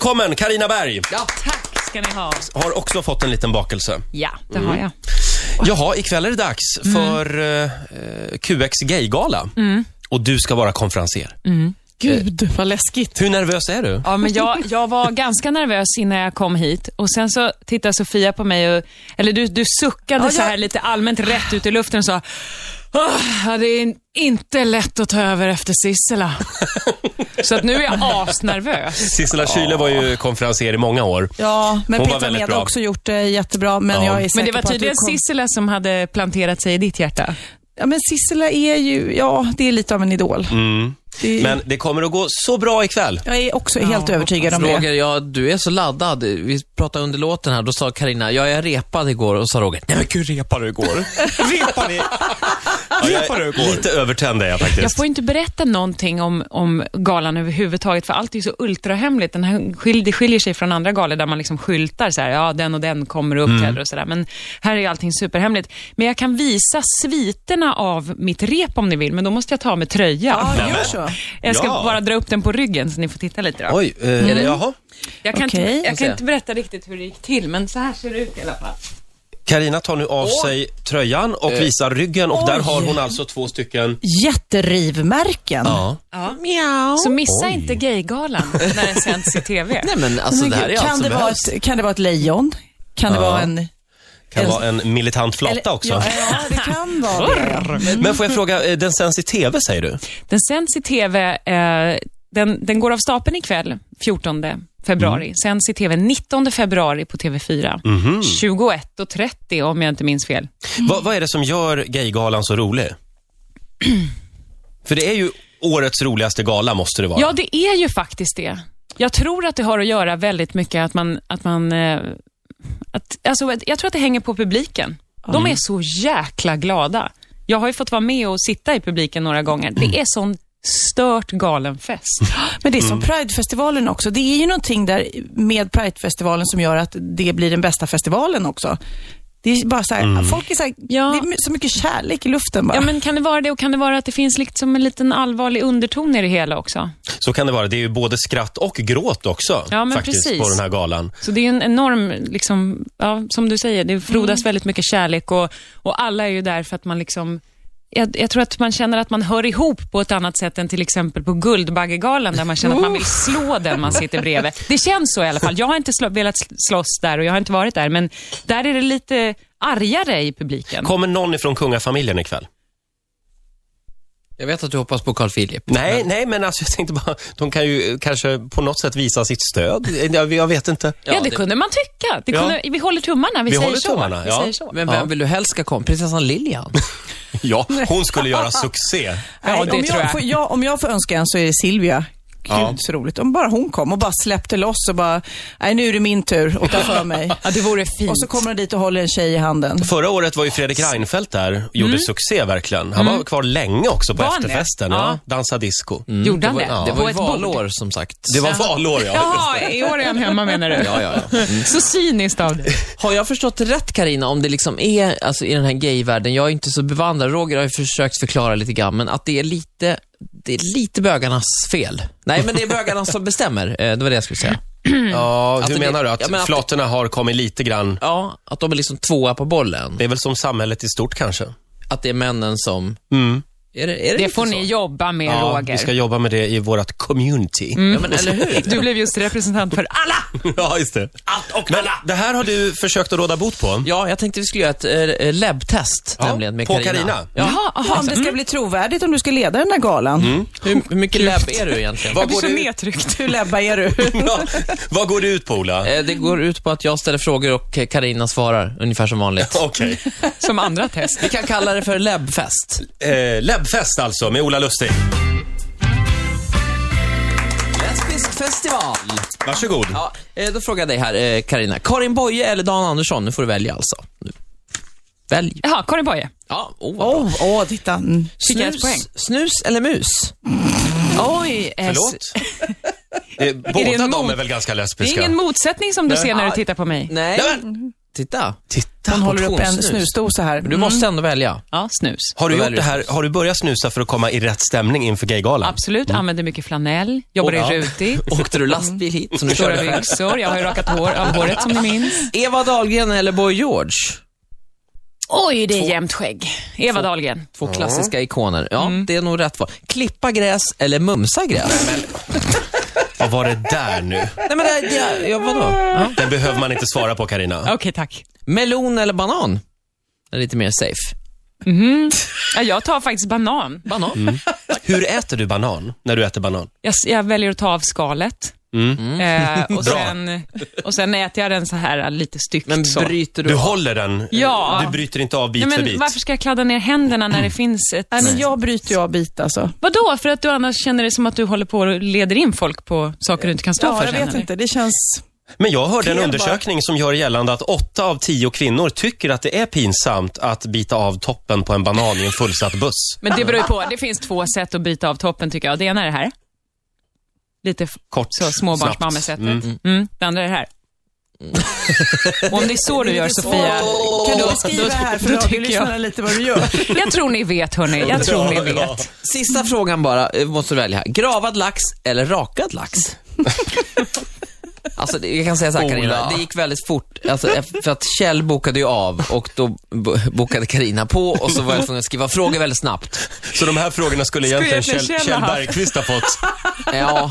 Välkommen Carina Berg. Ja, tack ska ni ha. Har också fått en liten bakelse. Ja, det har jag. Jaha, ikväll är det dags för QX Gaygala. Och du ska vara konferenser. Gud, vad läskigt. Hur nervös är du? Ja, men jag var ganska nervös innan jag kom hit. Och sen så tittade Sofia på mig eller du suckade så här lite allmänt rätt ut i luften och sa: det är inte lätt att ta över efter Sissela. Så att nu är jag asnervös. Sissela Kyle var ju konferenser i många år. Ja, men Hon var Peter väldigt Med bra. har också gjort det jättebra. Men jag är säker Men det var på att tydligen Sissela som hade planterat sig i ditt hjärta. Ja, men Sissela är ju, det är lite av en idol. Men det kommer att gå så bra ikväll. Jag är också helt övertygad om Roger, det. du är så laddad. Vi pratade under låten här, då sa Carina, jag repade igår, och sa Roger, nej men gud, repade du igår? Repade ni? Repade du igår? Lite övertänd är jag faktiskt. Jag får inte berätta någonting om galan överhuvudtaget, för allt är ju så ultrahemligt. Det skiljer sig från andra galor där man liksom skyltar så här, ja, den och den kommer och uppträder och sådär. Men här är ju allting superhemligt. Men jag kan visa sviterna av mitt rep om ni vill, men då måste jag ta med tröja. Ja, gör så. Jag ska bara dra upp den på ryggen så ni får titta lite då. Oj, jaha. Jag kan Okej. inte berätta riktigt hur det gick till, men så här ser det ut i alla fall. Carina tar nu av sig tröjan och visar ryggen. Och där har hon alltså 2 stycken... Jätterivmärken. Ja. Miau. Så missa inte Gaygalan när den sänds i TV. Nej men alltså Men det här gud, är allt som behövs. kan det vara ett lejon? Kan det vara en... Kan vara en militant flotta också. Ja, det kan vara det. Men får jag fråga, den sänds i TV säger du? Den sänds i TV, den går av stapeln ikväll, 14 februari. Sänds i TV 19 februari på TV4. 21:30 om jag inte minns fel. Vad är det som gör Gaygalan så rolig? För det är ju årets roligaste gala, måste det vara. Ja, det är ju faktiskt det. Jag tror att det har att göra väldigt mycket jag tror att det hänger på publiken. De är så jäkla glada. Jag har ju fått vara med och sitta i publiken några gånger. Det är sån stört galen fest. Men det är som Pride-festivalen också. Det är ju någonting där med Pride-festivalen som gör att det blir den bästa festivalen också. Det är bara så här, folk är så här, det är så mycket kärlek i luften bara. Ja, men kan det vara det, och kan det vara att det finns liksom en liten allvarlig underton i det hela också? Så kan det vara. Det är ju både skratt och gråt också, faktiskt, precis. på den här galan. Så det är en enorm, liksom, som du säger, det frodas väldigt mycket kärlek och alla är ju där för att man liksom... Jag tror att man känner att man hör ihop på ett annat sätt än till exempel på Guldbaggegalan där man känner att man vill slå den man sitter bredvid. Det känns så i alla fall. Jag har inte velat slåss där och jag har inte varit där, men där är det lite argare i publiken. Kommer någon ifrån kungafamiljen ikväll? Jag vet att du hoppas på Carl Philip. Nej, men alltså jag tänkte bara, de kan ju kanske på något sätt visa sitt stöd. Jag vet inte. Ja, det kunde man tycka. Vi håller tummarna, vi säger så. Men vem vill du helst ska komma? Prinsessan Lilian? Ja, hon skulle göra succé. Ja, det tror jag. Om jag får önska en så är det Silvia. Gud, så roligt. Om bara hon kom och bara släppte loss och bara, nej, nu är det min tur att ta för mig. Ja, det vore fint. Och så kommer hon dit och håller en tjej i handen. Förra året var ju Fredrik Reinfeldt där och gjorde succé verkligen. Han var kvar länge också på efterfesten. Ja. Dansa disco. Gjorde han det? Det var ett valår som sagt. Det var valår, ja. Jaha, i år är han hemma menar du? Ja. Så cyniskt av det. Har jag förstått rätt, Carina, om det liksom är, alltså i den här gayvärlden, jag är inte så bevandrad, Roger har ju försökt förklara lite grann, men att det är lite bögarnas fel. Nej, men det är bögarna som bestämmer. Det var det jag skulle säga. Ja, hur menar du? Att flatorna flatorna har kommit lite grann... Ja, att de är liksom tvåa på bollen. Det är väl som samhället i stort kanske. Att det är männen som... Är det får ni jobba med, Roger. Vi ska jobba med det i vårt community. Ja, men eller hur? Du blev just representant för alla. Ja, just det. Allt och Men alla. det här har du försökt att råda bot på. Ja, jag tänkte vi skulle göra ett lab-test nämligen med på Carina. Carina. Jaha, om det ska bli trovärdigt om du ska leda den där galan. Hur mycket lab är du egentligen? Jag blir så nedtryckt. Hur labbar är du? Vad går det ut på, Ola? Det går ut på att jag ställer frågor och Carina svarar ungefär som vanligt. Okej. Som andra test. Vi kan kalla det för labfest. Labfest alltså, med Ola Lustig. Lesbisk festival. Varsågod. Ja, då frågar jag dig här, Carina. Karin Boye eller Dan Andersson? Nu får du välja alltså. Välj. Jaha, Karin Boye. Ja, vad bra. Titta. Fick jag ett poäng? Snus eller mus? Oj. Förlåt. Båda de är väl ganska Det lesbiska. är ingen motsättning som du ser när du tittar på mig. Nej. Titta. Han håller upp en Portionssnus. snusdosa här. Men du måste ändå välja. Ja, snus. Har du Då gjort det här? Har du börjat snusa för att komma i rätt stämning inför Gaygalan? Absolut, använder mycket flanell, jobbar i Rutigt. Åkte du lastbil hit som du Stora körde själv? byxor, jag har ju rakat håret som ni minns. Eva Dahlgren eller Boy George? Oj, det är jämnt skägg. Eva Dahlgren. Två klassiska ikoner. Ja, det är nog rätt val. Klippa gräs eller mumsa gräs? Vad var det där nu? Nej, men ja, vadå? Ja. Den behöver man inte svara på, Carina. Okej, tack. Melon eller banan? Det är lite mer safe. Ja, jag tar faktiskt banan. Banan? Hur äter du banan när du äter banan? Jag väljer att ta av skalet. Och sen äter jag den så här lite styggt. Men så. bryter du Du av? håller den. Ja. Du bryter inte av bit Nej, för men bit. varför ska jag kladda ner händerna när det finns ett... Nej, men jag bryter ju av bit alltså. Vadå? För att du annars känner det som att du håller på och leder in folk på saker du inte kan stå Ja, för jag sen, vet eller? inte. Det känns... Men jag hörde en Fel undersökning som gör gällande att 8 av 10 kvinnor tycker att det är pinsamt att bita av toppen på en banan i en fullsatt buss. Men det beror ju på. Det finns 2 sätt att bryta av toppen, tycker jag. Det ena är det här. Lite Kort, så småbarnsmammesättet. Det andra är det här. Och om det är så du gör, Sofia, Kan du beskriva det här för radiolyssnarna lite vad du gör? jag tror ni vet, hörni. Jag tror ni vet. Sista frågan bara, måste du välja här. Gravad lax eller rakad lax? Alltså, jag kan säga så här, Carina, det gick väldigt fort. Alltså, för att Kjell bokade ju av och då bokade Carina på och så var jag tvungen att skriva frågor väldigt snabbt. Så de här frågorna skulle egentligen Kjell Kjell ha haft. Bergqvist ha fått. Ja.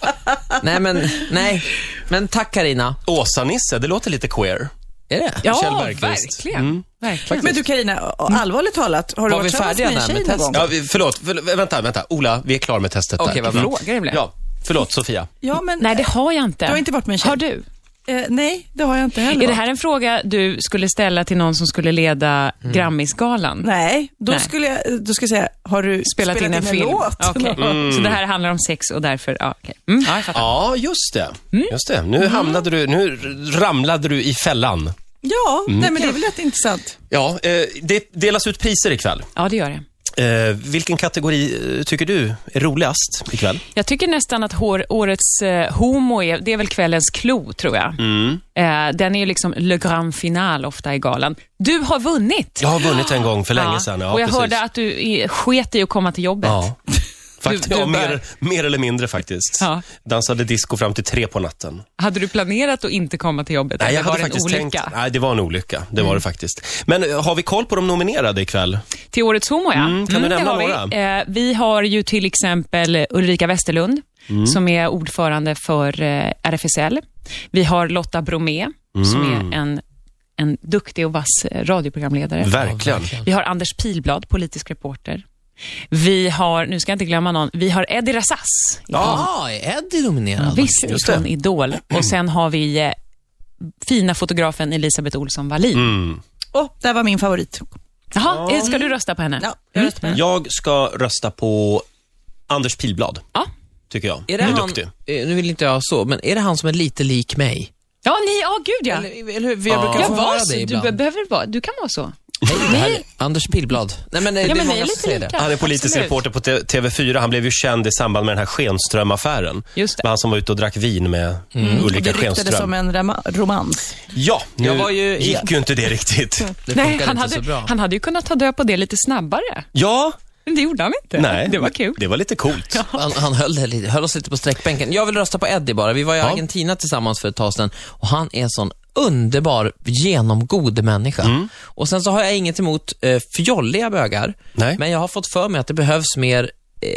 Nej. Men tack, Carina. Åsa-Nisse, det låter lite queer. Är det? Kjell Ja, Bergqvist. verkligen. Verkligen. Men du Carina, allvarligt talat, har du Var vi varit färdiga tillsammans med en där tjej med någon testet? gång? Ja, vänta. Ola, vi är klara med testet där. Okej, vad bra. Frågor det blev. Ja, förlåt, Sofia. Ja, men... Nej, det har jag inte. Du har inte varit med en tjej? Har du? Nej, det har jag inte heller. Är det här en fråga du skulle ställa till någon som skulle leda Grammisgalan? Nej, då Nej. skulle jag säga, har du Spelat in en film? låt? Okej. Så det här handlar om sex och därför, ja, okej. Ja, jag fattar. Ja, just det. Nu ramlade du i fällan. Ja, nej, men det är väl rätt intressant. Ja, det delas ut priser ikväll. Ja, det gör det. Vilken kategori tycker du är roligast ikväll? Jag tycker nästan att årets homo det är väl kvällens klo, tror jag. Den är ju liksom le grand final ofta i galan. Du har vunnit! Jag har vunnit en gång för länge sedan. Ja, och jag precis. hörde att du sket i att komma till jobbet. Ja. Faktiskt, Du mer eller mindre faktiskt. Ja. Dansade disco fram till 3 på natten. Hade du planerat att inte komma till jobbet? Nej, jag eller var hade det en faktiskt olycka? tänkt... Nej, det var en olycka. Det var det faktiskt. Men har vi koll på de nominerade ikväll? Till årets homo, ja. Kan du nämna det har några? vi har ju till exempel Ulrika Westerlund, som är ordförande för RFSL. Vi har Lotta Bromé, som är en duktig och vass radioprogramledare. Verkligen. Vi har Anders Pilblad, politisk reporter. Vi har, nu ska jag inte glömma någon, vi har Eddie Rassas. Ja, är Eddie nominerad? Visst, Just det. från Idol. Och sen har vi fina fotografen Elisabeth Olsson Wallin. Där var min favorit. Jaha, ska du rösta på henne? Ja, jag röstar på henne. Jag ska rösta på Anders Pilblad, Ja. tycker jag. Är det Han är han, duktig. nu vill inte jag så, men är det han som är lite lik mig? Ja, gud ja. Eller hur? Jag brukar få höra det ibland. Du kan vara så. Anders Pilblad. Nej, men det Ja, är men många ni är som lite säger lika. det. Han är politisk Absolut. reporter på TV4. Han blev ju känd i samband med den här Schenström-affären. Just det. Han som var ute och drack vin med Det Ulrika ryktades som Schenström. en romans. Ja, nu Jag var ju- gick ju inte det riktigt. Det Nej, funkar inte så bra. han hade ju kunnat ta död på det lite snabbare. Ja, Men det gjorde han inte. nej. Det var kul. Det var lite coolt. Han höll oss lite på sträckbänken. Jag vill rösta på Eddie bara. Vi var i Ja. Argentina tillsammans för ett tag sedan och han är en sån underbar, genomgod människa. Och sen så har jag inget emot fjolliga bögar. Nej. Men jag har fått för mig att det behövs mer...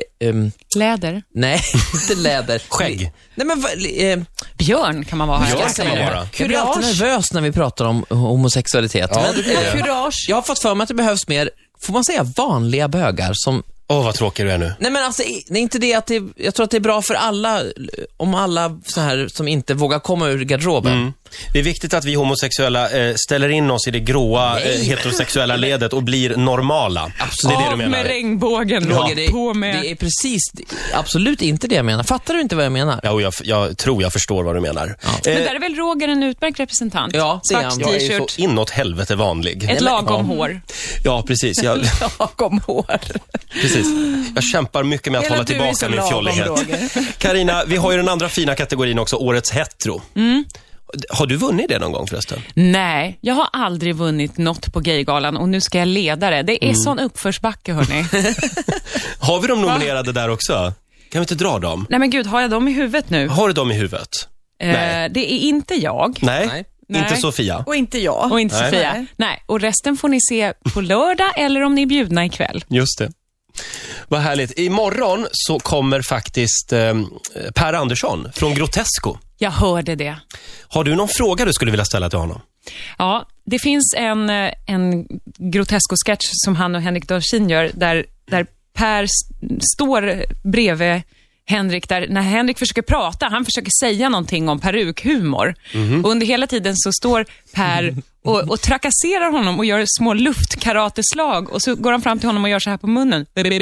Läder. Nej, inte läder. Skägg. Nej, men... Björn kan man vara. Björn Jag kan säger man det. vara. Jag blir alltid nervös när vi pratar om homosexualitet. Ja, Men, du blir det. Kurage. jag har fått för mig att det behövs mer, får man säga, vanliga bögar som... Vad tråkig du är nu. Nej, men alltså, det är inte det att jag tror att det är bra för alla, om alla så här som inte vågar komma ur garderoben. Det är viktigt att vi homosexuella ställer in oss i det gråa heterosexuella ledet och blir normala. Absolut. Det är det du Av menar. med regnbågen. Roger, På med... det är precis, absolut inte det jag menar. Fattar du inte vad jag menar? Ja, och jag tror jag förstår vad du menar. Men där är väl Roger en utmärkt representant? Ja, det är Svart han. Jag är ju t-shirt, så inåt helvete vanlig. ett lagom hår. Ja, precis. Lagom hår. Precis. Jag kämpar mycket med att Hela hålla du är tillbaka så min lagom, fjollighet. Roger. Carina, vi har ju den andra fina kategorin också, årets hetero. Har du vunnit det någon gång förresten? Nej, jag har aldrig vunnit något på Gaygalan och nu ska jag leda det. Det är sån uppförsbacke, hörni. Har vi dem nominerade där också? Kan vi inte dra dem? Nej men gud, har jag dem i huvudet nu? Har du dem i huvudet? Nej. Det är inte jag. Nej. Inte Sofia. Och inte jag. Och inte Nej. Sofia. Nej, och resten får ni se på lördag eller om ni är bjudna ikväll. Just det. Vad härligt. Imorgon så kommer faktiskt Per Andersson från Grotesco. Jag hörde det. Har du någon fråga du skulle vilja ställa till honom? Ja, det finns en Grotesco-sketch som han och Henrik Dorsin gör där Per står bredvid Henrik, där när Henrik försöker prata, han försöker säga någonting om perukhumor. Och under hela tiden så står Per och trakasserar honom och gör små luftkarateslag och så går han fram till honom och gör så här på munnen.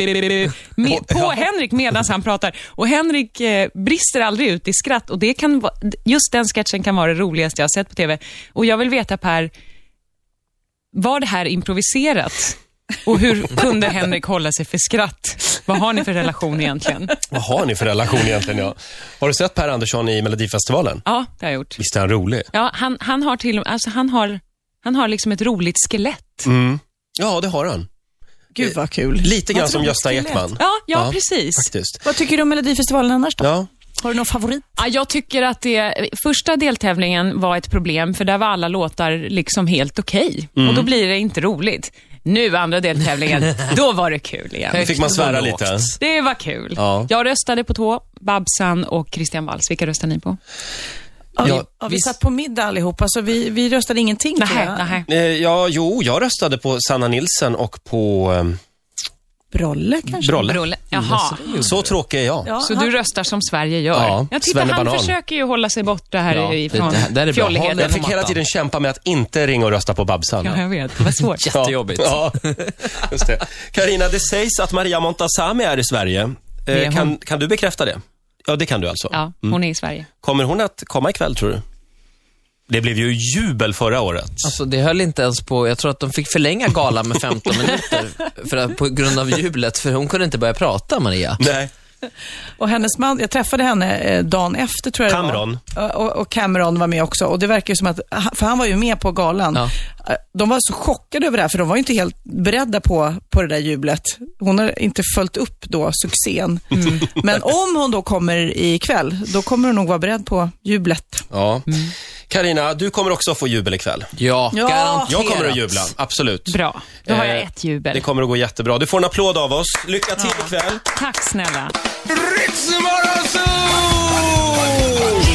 På Henrik medan han pratar. Och Henrik brister aldrig ut i skratt och det kan just den sketchen kan vara det roligaste jag har sett på tv. Och jag vill veta, Per, var det här improviserat? Och hur kunde Henrik hålla sig för skratt? Vad har ni för relation egentligen? Vad har ni för relation egentligen, ja? Har du sett Per Andersson i Melodifestivalen? Ja, det har jag gjort. Visst är han rolig? Ja, han har till alltså han har liksom ett roligt skelett. Ja, det har han. Gud vad kul. Lite grann Vad som roligt Gösta skelett. Ekman. Ja, precis. Faktiskt. Vad tycker du om Melodifestivalen annars då? Ja. Har du någon favorit? Ja, jag tycker att första deltävlingen var ett problem för där var alla låtar liksom helt okej. Och då blir det inte roligt. Nu andra deltävlingen, då var det kul igen. Då fick man svära lite. Det var kul. Ja. Jag röstade på 2, Babsan och Christian Walls. Vilka röstade ni på? Vi satt på middag allihopa, så vi röstade ingenting. Nej. Jag röstade på Sanna Nilsson och på Brolle kanske? Brolle. Jaha. Så tråkig är jag. Ja, Så du röstar som Sverige gör? Ja, Jag tittar, han Svennebanan. försöker ju hålla sig borta här ifrån det är bra. fjolligheten. Jag fick hela tiden kämpa med att inte ringa och rösta på Babsan. Ja, jag vet. Det var svårt. Jättejobbigt. Ja, just det. Carina, det sägs att Maria Montazami är i Sverige. Det är hon. Kan du bekräfta det? Ja, det kan du alltså. Ja, hon är i Sverige. Kommer hon att komma ikväll, tror du? Det blev ju jubel förra året. Alltså det höll inte ens på, jag tror att de fick förlänga galan med 15 minuter på grund av jublet, för hon kunde inte börja prata, Maria. Nej. Och hennes man, jag träffade henne dagen efter, tror jag Cameron. det var. Och Cameron var med också. Och det verkar ju som att, för han var ju med på galan. Ja. De var så chockade över det här, för de var ju inte helt beredda på det där jublet. Hon har inte följt upp då succén. Men om hon då kommer ikväll, då kommer hon nog vara beredd på jublet. Ja. Carina, du kommer också få jubel ikväll. Ja, garanterat. Jag kommer att jubla, absolut. Bra, då har jag ett jubel. Det kommer att gå jättebra. Du får en applåd av oss. Lycka till ikväll. Tack snälla. Ritzmorgonzoo!